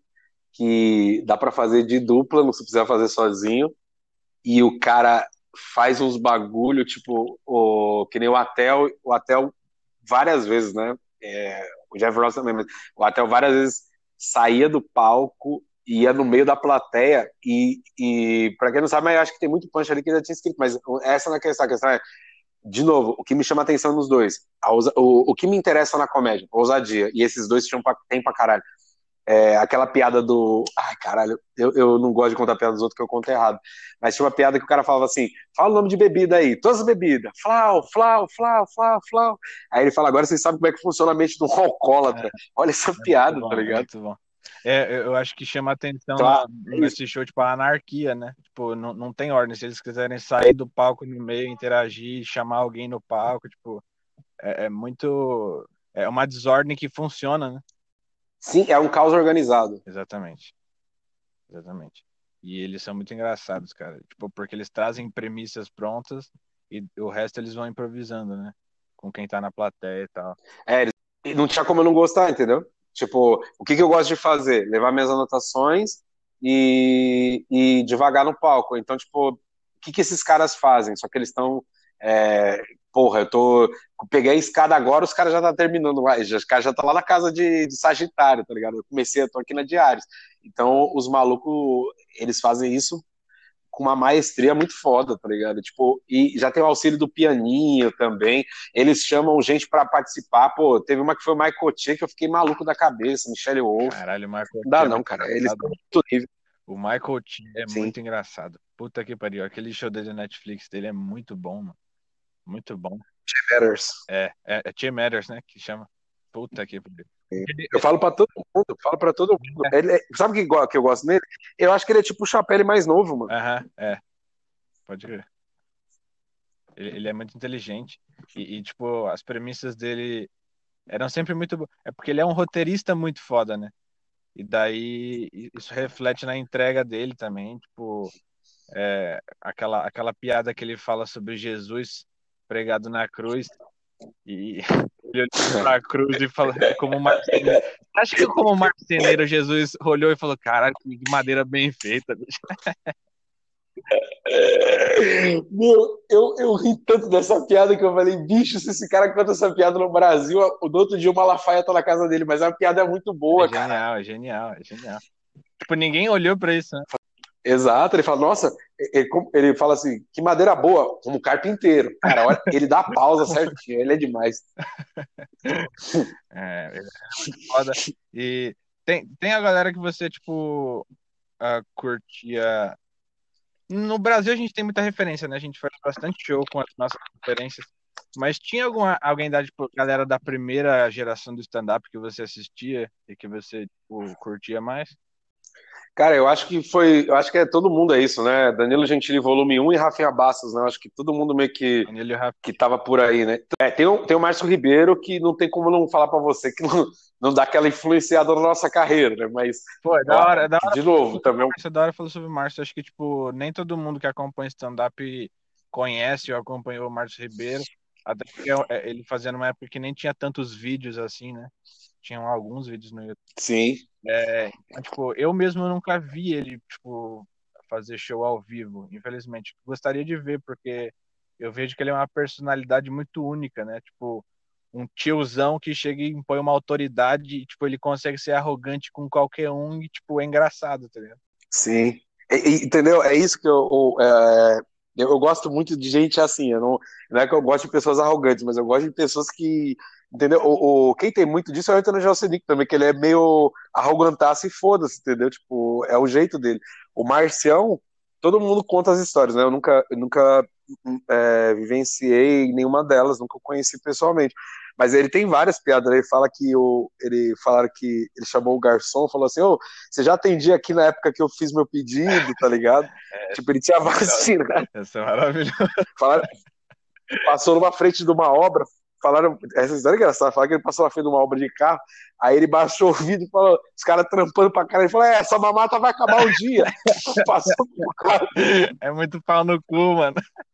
S2: que dá pra fazer de dupla, não se precisar fazer sozinho, e o cara faz uns bagulho, tipo, o, que nem o Atel, o Atel várias vezes, né? É, o Jeff Ross também, mas o Atel várias vezes saía do palco, ia no meio da plateia, e, e para quem não sabe, eu acho que tem muito punch ali que já tinha escrito, mas essa não é a questão, a questão é, de novo, o que me chama atenção nos dois, a ousa, o, o que me interessa na comédia, a ousadia, e esses dois tinham pra, tem pra caralho. É, aquela piada do. Ai, caralho, eu, eu não gosto de contar piada dos outros que eu conto errado. Mas tinha uma piada que o cara falava assim: fala o nome de bebida aí, todas as bebidas. Flau, flau, flau, flau, flau. Aí ele fala: agora vocês sabem como é que funciona a mente de um
S3: É,
S2: alcoólatra. Olha essa
S3: é muito
S2: piada, tá
S3: bom, é
S2: ligado?
S3: muito bom. É, eu eu acho que chama atenção
S2: Então, ah,
S3: na,
S2: é isso.
S3: nesse show, tipo, a anarquia, né? Tipo, não, não tem ordem. Se eles quiserem sair do palco no meio, interagir, chamar alguém no palco, tipo, é, é muito. É uma desordem que funciona, né?
S2: Sim, é um caos organizado.
S3: Exatamente, exatamente. E eles são muito engraçados, cara. Tipo, porque eles trazem premissas prontas e o resto eles vão improvisando, né? Com quem tá na plateia e tal.
S2: É, e não tinha como eu não gostar, entendeu? Tipo, o que, que eu gosto de fazer? Levar minhas anotações e, e devagar no palco. Então, tipo, o que, que esses caras fazem? Só que eles estão. É, porra, eu tô. Peguei a escada agora, os caras já tá terminando. Os caras já estão lá na casa de, de Sagitário, tá ligado? Eu comecei, eu tô aqui na Diários. Então, os malucos, eles fazem isso com uma maestria muito foda, tá ligado? Tipo, e já tem o auxílio do pianinho também. Eles chamam gente para participar. Pô, teve uma que foi o Michael Che, que eu fiquei maluco da cabeça, Michelle Wolf.
S3: Caralho, o Michael
S2: Não
S3: Che
S2: dá
S3: é
S2: não,
S3: muito
S2: cara. Eles estão
S3: engraçado.
S2: muito nível.
S3: O Michael Che é
S2: Sim.
S3: muito engraçado. Puta que pariu. Aquele show dele na Netflix dele é muito bom, mano. Muito bom.
S2: Matters.
S3: É, é, é Che Matters, né? Que chama. Puta que pariu. Ele-
S2: Eu falo pra todo mundo, eu falo pra todo mundo.
S3: é,
S2: Ele é- sabe o que, go- que eu gosto nele? Eu acho que ele é tipo o Chapelle mais novo, mano.
S3: Aham, é. Pode crer. Ele, ele é muito inteligente. E, e, tipo, as premissas dele eram sempre muito bo- É porque ele é um roteirista muito foda, né? E daí isso reflete na entrega dele também, tipo, é, aquela, aquela piada que ele fala sobre Jesus pregado na cruz e ele olhou pra cruz e falou como marceneiro. Acho que como marceneiro Jesus olhou e falou, caralho, que madeira bem feita, bicho.
S2: Meu, eu, eu ri tanto dessa piada que eu falei, bicho, se esse cara conta essa piada no Brasil, o do outro dia o Malafaia tá na casa dele, mas a piada é muito
S3: É
S2: boa, cara.
S3: genial, é genial, é genial. Tipo, ninguém olhou pra isso, né?
S2: Exato, ele fala, nossa, ele, ele fala assim, que madeira boa, como carpinteiro. Cara, olha, ele dá a pausa certinho, ele é demais.
S3: É, é foda. E tem, tem a galera que você, tipo, ah, curtia. No Brasil a gente tem muita referência, né? A gente faz bastante show com as nossas referências. Mas tinha alguma, alguém da, tipo, galera da primeira geração do stand-up que você assistia e que você, tipo, curtia mais?
S2: Cara, eu acho que foi, eu acho que é todo mundo é isso, né? Danilo Gentili volume um e Rafinha Bastos, né? Eu acho que todo mundo meio que
S3: Danilo e Rafa.
S2: que tava por aí, né? É, tem o, tem o Márcio Ribeiro que não tem como não falar pra você que não, não dá aquela influenciada na nossa carreira, né? Mas
S3: Pô, é da hora, é da
S2: eu,
S3: hora
S2: de
S3: falar
S2: novo,
S3: sobre o
S2: também é um-
S3: Márcio, é da hora falar sobre o Márcio. Acho que, tipo, nem todo mundo que acompanha stand-up conhece ou acompanhou o Márcio Ribeiro. Até porque é- é, ele fazia numa época que nem tinha tantos vídeos assim, né? Tinham alguns vídeos no YouTube.
S2: sim.
S3: É, então, tipo, eu mesmo nunca vi ele, tipo, fazer show ao vivo, infelizmente. Gostaria de ver, porque eu vejo que ele é uma personalidade muito única, né? Tipo, um tiozão que chega e impõe uma autoridade e, tipo, ele consegue ser arrogante com qualquer um e, tipo, é engraçado, tá ligado?
S2: Sim. E- e, entendeu? É isso que eu, eu, é, eu, eu gosto muito de gente assim. Eu não, não é que eu gosto de pessoas arrogantes, mas eu gosto de pessoas que. Entendeu? O, o- quem tem muito disso é o Antônio Josenic também, que ele é meio arrogantaço e foda-se, entendeu? Tipo, é o jeito dele. O Marcião, todo mundo conta as histórias, né? Eu nunca, eu nunca é, vivenciei nenhuma delas, nunca conheci pessoalmente. Mas ele tem várias piadas. Ele fala que o, ele falaram que ele chamou o garçom, falou assim: ô, você já atendi aqui na época que eu fiz meu pedido, tá ligado? Tipo, ele tinha vacina.
S3: Essa é maravilhosa.
S2: Falaram, passou numa frente de uma obra. Falaram, essa história é engraçada. Falaram que ele passou na frente de uma obra de carro. Aí ele baixou o vidro e falou: os caras trampando pra cara. Ele falou: é, essa mamata vai acabar um dia. Passou pro carro.
S3: É muito pau no cu, mano.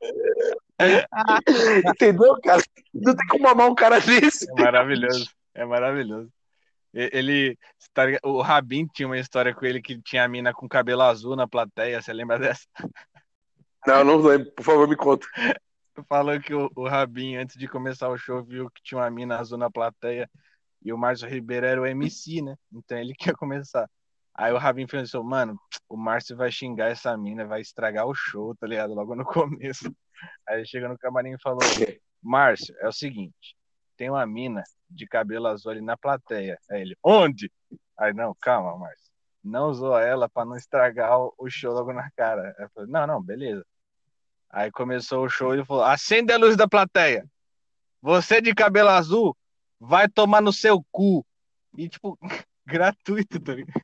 S2: Entendeu, cara? Não tem como amar um cara desse.
S3: É maravilhoso. É maravilhoso. E- Ele, tá ligado? O Rabin tinha uma história com ele que tinha a mina com cabelo azul na plateia, você lembra dessa?
S2: Não, não lembro. Por favor, me conta.
S3: Falou que o, o Rabin, antes de começar o show, viu que tinha uma mina azul na plateia e o Márcio Ribeiro era o M C, né? Então ele quer começar. Aí o Rabin pensou, mano, o Márcio vai xingar essa mina, vai estragar o show, tá ligado? Logo no começo. Aí ele chega no camarim e falou, Márcio, é o seguinte, tem uma mina de cabelo azul ali na plateia. Aí ele, onde? Aí, não, calma, Márcio. Não usou ela pra não estragar o o show logo na cara. Aí eu falei, não, não, beleza. Aí começou o show e ele falou: acende a luz da plateia. Você de cabelo azul vai tomar no seu cu. E, tipo, gratuito, tá ligado?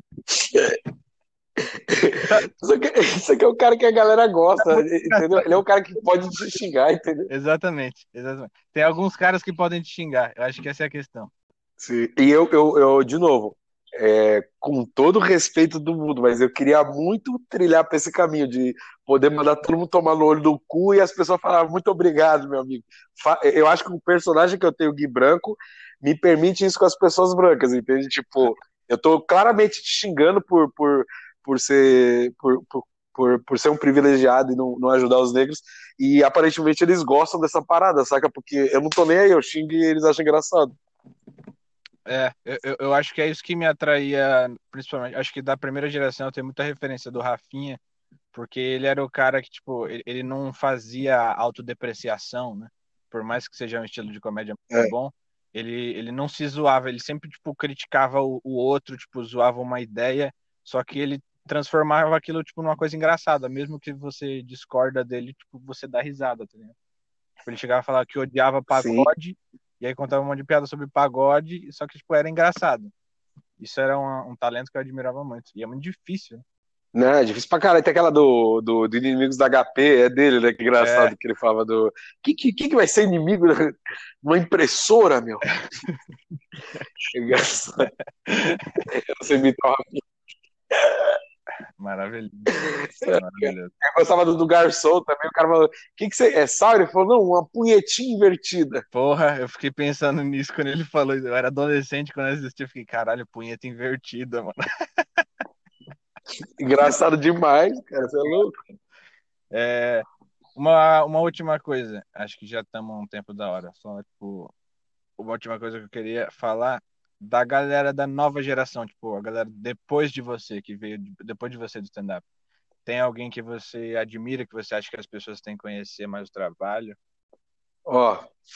S2: Isso aqui, isso aqui é o cara que a galera gosta, entendeu? Ele é o cara que pode te xingar, entendeu?
S3: Exatamente, exatamente. Tem alguns caras que podem te xingar. Eu acho que essa é a questão.
S2: Sim. E eu, eu, eu, de novo, é, com todo o respeito do mundo, mas eu queria muito trilhar para esse caminho de poder mandar todo mundo tomar no olho do cu e as pessoas falavam muito obrigado, meu amigo. Fa- Eu acho que o personagem que eu tenho, Gui Branco, me permite isso com as pessoas brancas, entende? Tipo, eu tô claramente te xingando por, por, por ser. Por, por, por, por ser um privilegiado e não, não ajudar os negros, e aparentemente eles gostam dessa parada, saca? Porque eu não tô nem aí, eu xingo e eles acham engraçado.
S3: É, eu, eu- eu acho que é isso que me atraía, principalmente. Acho que da primeira geração eu tenho muita referência do Rafinha, porque ele era o cara que, tipo, ele, ele não fazia autodepreciação, né? Por mais que seja um estilo de comédia muito
S2: É.
S3: bom, ele, ele não se zoava, ele sempre, tipo, criticava o, o outro, tipo, zoava uma ideia, só que ele transformava aquilo, tipo, numa coisa engraçada, mesmo que você discorda dele, tipo, você dá risada, tá ligado? Tipo, ele chegava a falar que odiava
S2: Sim.
S3: pagode, e aí contava um monte de piada sobre pagode, só que, tipo, era engraçado. Isso era um, um talento que eu admirava muito, e é muito difícil, né?
S2: Não, é difícil pra caralho. Tem aquela do, do, do Inimigos da H P, é dele, né? Que
S3: É,
S2: engraçado que ele falava do. Que, que, que que vai ser inimigo de uma impressora, meu? Engraçado. Você imitou o Rafinha.
S3: Maravilhoso. Maravilhoso.
S2: Eu gostava do, do garçom também. O cara falou: o que, que você. É sal? Ele falou: não, uma punhetinha invertida.
S3: Porra, eu fiquei pensando nisso quando ele falou. Eu era adolescente quando eu assisti. Eu fiquei, caralho, punheta invertida, mano.
S2: Engraçado demais, cara. Você é louco.
S3: É, uma, uma última coisa. Acho que já estamos um tempo da hora. Só, tipo, uma última coisa que eu queria falar da galera da nova geração. Tipo, a galera depois de você, que veio de- depois de você do stand-up. Tem alguém que você admira, que você acha que as pessoas têm que conhecer mais o trabalho?
S2: Ó,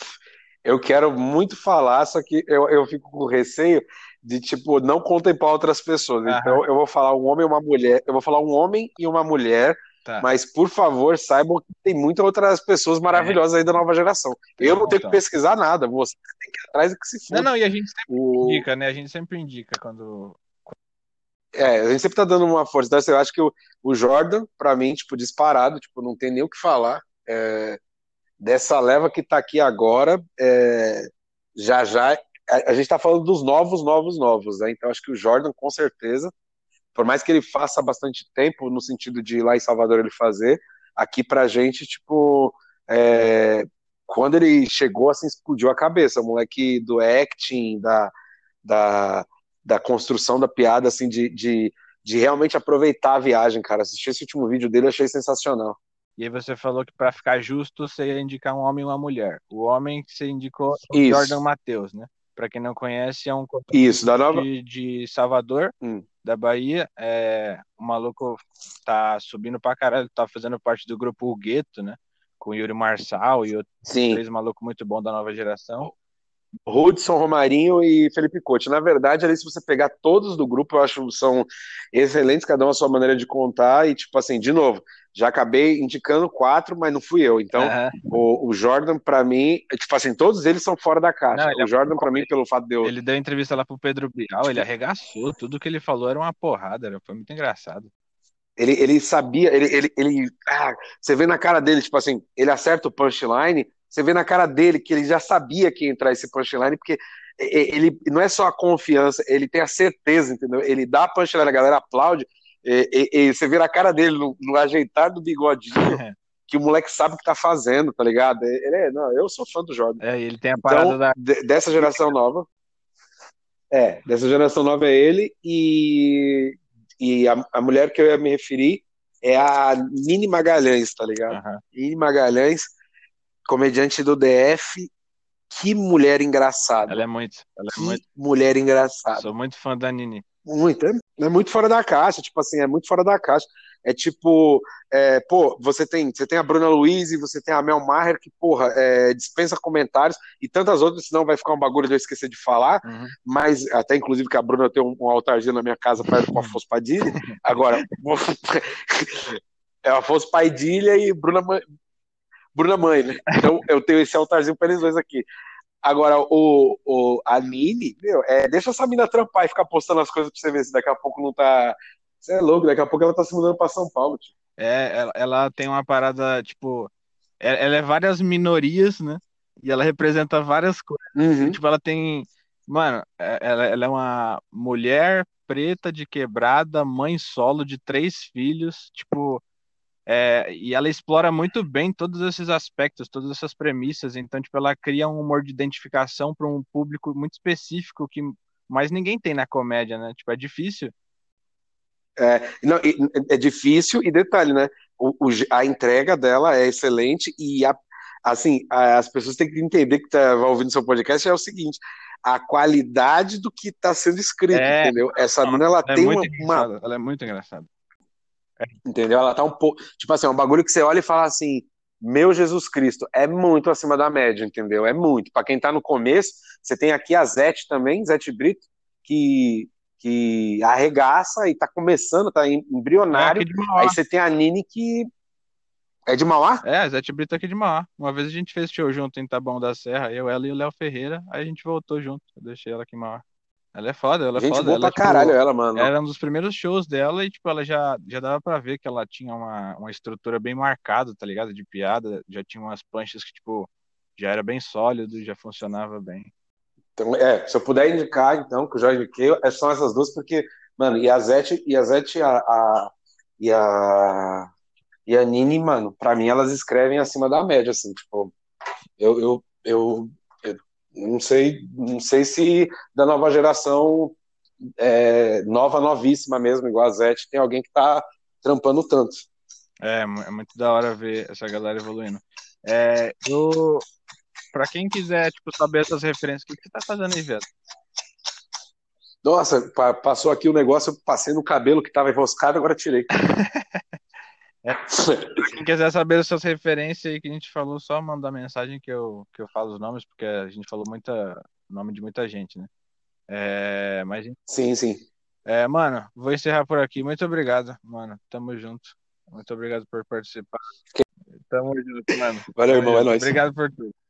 S2: eu quero muito falar, só que eu, eu fico com receio de, tipo, não contemplar outras pessoas.
S3: Aham,
S2: Então, eu vou falar um homem e uma mulher. Eu vou falar um homem e uma mulher,
S3: tá.
S2: mas, por favor, saibam que tem muitas outras pessoas
S3: É,
S2: maravilhosas aí da nova geração.
S3: tem um
S2: Eu não tenho que
S3: montão.
S2: pesquisar nada, você tem que ir atrás e que se
S3: Não,
S2: foda.
S3: não, e a gente sempre
S2: O,
S3: indica, né? A gente sempre indica quando.
S2: é, a gente sempre tá dando uma força. Então, assim, eu acho que o, o Jordan, pra mim, tipo, disparado, tipo, não tem nem o que falar. É, dessa leva que tá aqui agora, é, já já. A, a gente tá falando dos novos, novos, novos, né? Então, acho que o Jordan, com certeza, por mais que ele faça bastante tempo, no sentido de ir lá em Salvador ele fazer, aqui pra gente, tipo, é, quando ele chegou, assim, explodiu a cabeça. O moleque do acting, da, da, da construção da piada, assim, de, de, de realmente aproveitar a viagem, cara. Assisti esse último vídeo dele, achei sensacional.
S3: E aí você falou que para ficar justo você ia indicar um homem e uma mulher. O homem que você indicou é o Jordan
S2: Isso,
S3: Matheus, né? Para quem não conhece, é um
S2: isso, da nova.
S3: de, de Salvador,
S2: Hum,
S3: da Bahia. É, o maluco tá subindo pra caralho, tá fazendo parte do grupo O Gueto, né? Com o Yuri Marçal e outros
S2: sim.
S3: três malucos muito bons da nova geração.
S2: Hudson, Romarinho e Felipe Couto. Na verdade, ali, se você pegar todos do grupo, eu acho que são excelentes, cada um a sua maneira de contar. E, tipo assim, de novo, já acabei indicando quatro, mas não fui eu. Então,
S3: Aham.
S2: o, o Jordan, pra mim, é, tipo assim, todos eles são fora da
S3: Não,
S2: caixa.
S3: ele é
S2: O
S3: muito
S2: Jordan,
S3: bom.
S2: pra mim, pelo fato de eu.
S3: Ele deu entrevista lá pro Pedro Bial, ele
S2: Tipo,
S3: arregaçou. Tudo que ele falou era uma porrada, era- foi muito engraçado.
S2: ele, ele sabia, ele, ele, ele ah, você vê na cara dele, tipo assim, ele acerta o punchline, você vê na cara dele que ele já sabia que ia entrar esse punchline, porque ele não é só a confiança, ele tem a certeza, entendeu? Ele dá a punchline, a galera aplaude, e, e, e você vê na cara dele, no, no ajeitar do bigodinho, que o moleque sabe o que tá fazendo, tá ligado? Ele é, não, eu sou fã do Jordan.
S3: É, e ele tem a parada
S2: Então,
S3: da.
S2: de, dessa geração nova, é, dessa geração nova é ele, e, e a, a mulher que eu ia me referir é a Nini Magalhães, tá ligado?
S3: Aham.
S2: Nini Magalhães, comediante do D F, que mulher
S3: Ela
S2: engraçada.
S3: é muito, ela é
S2: Que
S3: muito.
S2: mulher engraçada.
S3: Sou muito fã da Nini.
S2: Muito, é, é muito fora da caixa, tipo assim, é muito fora da caixa. É tipo, é, pô, você tem, você tem a Bruna Luiz e você tem a Mel Maher, que, porra, é, dispensa comentários, e tantas outras, senão vai ficar um bagulho de eu esquecer de falar,
S3: Uhum.
S2: mas até inclusive que a Bruna tem um, um altarzinho na minha casa perto com a Afonso Padilha. Agora, é Afonso Padilha e Bruna, Bruna Mãe, né? Então eu tenho esse altarzinho para eles dois aqui. Agora, o, o, a Nini, meu, é, deixa essa mina trampar e ficar postando as coisas pra você ver se daqui a pouco não tá. Você é louco, daqui a pouco ela tá se mudando pra São Paulo, tio.
S3: É, ela, ela tem uma parada, tipo, é- ela é várias minorias, né? E ela representa várias coisas. E,
S2: Uhum.
S3: tipo, ela tem. Mano, é- ela, ela é uma mulher preta de quebrada, mãe solo de três filhos, tipo. É, e ela explora muito bem todos esses aspectos, todas essas premissas. Então, tipo, ela cria um humor de identificação para um público muito específico que mais ninguém tem na comédia, né? Tipo, é difícil.
S2: É, não, e- é difícil, e detalhe, né? O, o- a entrega dela é excelente, e a- assim, a- as pessoas têm que entender que tá ouvindo seu podcast é o seguinte: a qualidade do que está sendo escrito,
S3: É,
S2: entendeu? Essa
S3: não,
S2: mina, ela
S3: ela é
S2: tem
S3: muito
S2: uma, uma
S3: engraçada. Ela é muito engraçada.
S2: Entendeu? Ela tá um pouco. Tipo assim, é um bagulho que você olha e fala assim: Meu Jesus Cristo, é muito acima da média, entendeu? É muito. Pra quem tá no começo, você tem aqui a Zete também, Zete Brito, que, que arregaça e tá começando, tá em-
S3: É aqui
S2: embrionário.
S3: de
S2: Aí
S3: Mauá.
S2: você tem a Nini que é de Mauá?
S3: É, a Zete Brito aqui de Mauá. Uma vez a gente fez show junto em Taboão da Serra, eu, ela e o Léo Ferreira, aí a gente voltou junto. Eu deixei ela aqui em Mauá. Ela é foda, ela é
S2: Gente
S3: foda.
S2: boa
S3: Ela,
S2: pra caralho,
S3: tipo,
S2: ela, mano.
S3: era um dos primeiros shows dela e, tipo, ela já, já dava pra ver que ela tinha uma, uma estrutura bem marcada, tá ligado? De piada, já tinha umas punches que, tipo, já era bem sólido, já funcionava bem.
S2: Então, é, se eu puder indicar, então, que eu já indiquei, é- são essas duas, porque, mano, e a Zete, e a Zete, a, a- e a, e a Nini, mano, pra mim elas escrevem acima da média, assim, tipo, eu, eu, eu, eu não sei, não sei se da nova geração, é, nova, novíssima mesmo, igual a Zete, tem alguém que tá trampando tanto.
S3: É, mu- é muito da hora ver essa galera evoluindo. É, eu, pra quem quiser, tipo, saber essas referências, o que que você tá fazendo aí, velho?
S2: Nossa, pa- passou aqui o negócio, eu passei no cabelo que tava enroscado, agora tirei.
S3: É, pra quem quiser saber essas referências aí que a gente falou, só mandar mensagem que eu, que eu falo os nomes, porque a gente falou muita nome de muita gente, né? É, mas,
S2: Sim, sim.
S3: é, mano, vou encerrar por aqui. Muito obrigado, mano. Tamo junto. Muito obrigado por participar. Tamo junto, mano.
S2: Valeu,
S3: Tamo
S2: irmão, é
S3: junto.
S2: nóis.
S3: Obrigado por tudo.